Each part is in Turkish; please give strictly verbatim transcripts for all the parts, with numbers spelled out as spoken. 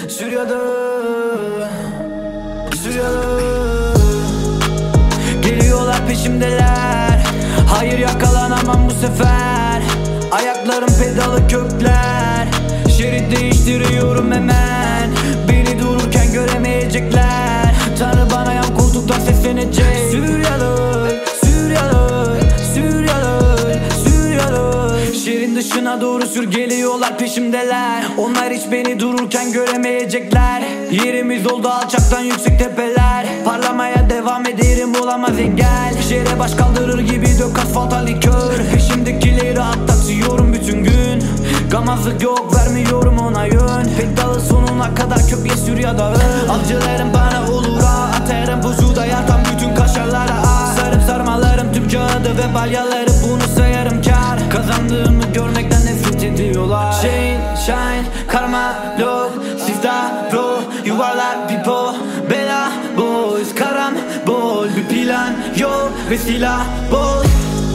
sürüyordu, sürüyordu. Geliyorlar peşimdeler, hayır yakalanamam bu sefer. Ayaklarım pedalı kökler, şerit değiştiriyorum hemen. Beni dururken göremeyecekler, Tanrı bana yan koltuktan seslenecek. Sürüyorlar, sürüyorlar, sürüyorlar, sürüyorlar. Şehrin dışına doğru sür, geliyorlar peşimdeler. Onlar hiç beni dururken göremeyecekler. Yerimiz oldu alçaktan yüksek tepeler. Parlamaya devam ederim, olamaz engel. Şehre baş kaldırır gibi dök asfalta likör. Peşimdekileri atlatıyorum bütün gün. Gamazlık yok, vermiyorum ona yön. Pedalı sonuna kadar köprüye sür ya da öl. Avcılarım bana olur ha, atarım buzuda yatan bütün kaşarlara ah. Sarıp sarmalarım tüm kağıdı ve balyaları, bunu sayarım kar. Kazandığımı görmekten nefret ediyorlar. Shine, shine, karma, love, sifta, bro. Yuvarlak pipo, bela, boys. Karambol, bir plan yok ve silah bol.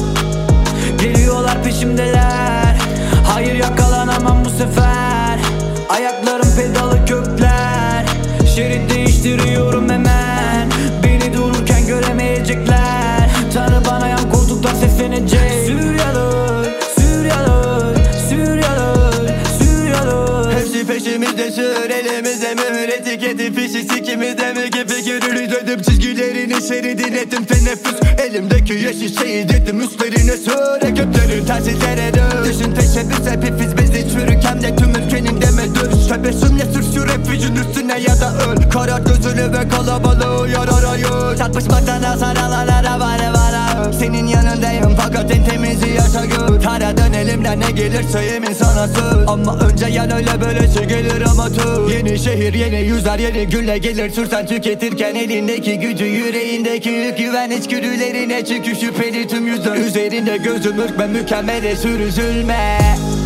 Geliyorlar peşimdeler, hayır yakalanamam bu sefer. Ayaklarım pedalı kökler, şerit değiştiriyorum hemen. Beni dururken göremeyecekler, Tanrı bana yan koltuktan seslenecek. Sürüyorlar, sürüyorlar, sürüyorlar, sürüyorlar. Hepsi peşimizde, sür elimizde mühür, etiketi fişi sikimizde mi gibi görürüz. Ödüm çizgilerini şeridin ettim teneffüs. Elimdeki yeşil şeyi dedim üstlerine sür. Ekiplerin telsizlere dön. Düşün teşebbüs hepifiz biz hiç çürüken de tüm ülkenin demedir. Tebessümle sür şu refüjün üstüne ya da öl. Karar gözünü ve kalabalığı yar arayın. Çarpışmaktan hasar alan arabayla var. Senin yanındayım fakat en temizi yaşa gör. Kara dön elimden ne gelirse yemin sana söz. Ama önce yan öyle böylesi gelir ama tüm. Yeni şehir yeni yüzler yeni gülle gelir. Sürsen tüketirken elindeki gücü, yüreğindeki yük. Güven içgüdülerine çünkü şüpheli tüm yüzler. Üzerinde gözüm ürkme, mükemmele sür, üzülme.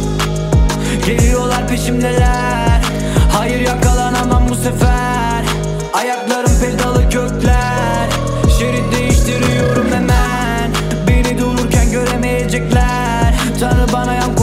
Geliyorlar peşimdeler, hayır yakalanamam bu sefer. Ayaklarım pedalı kökler, şerit değiştiriyorum hemen. Beni dururken göremeyecekler, Tanrı bana yan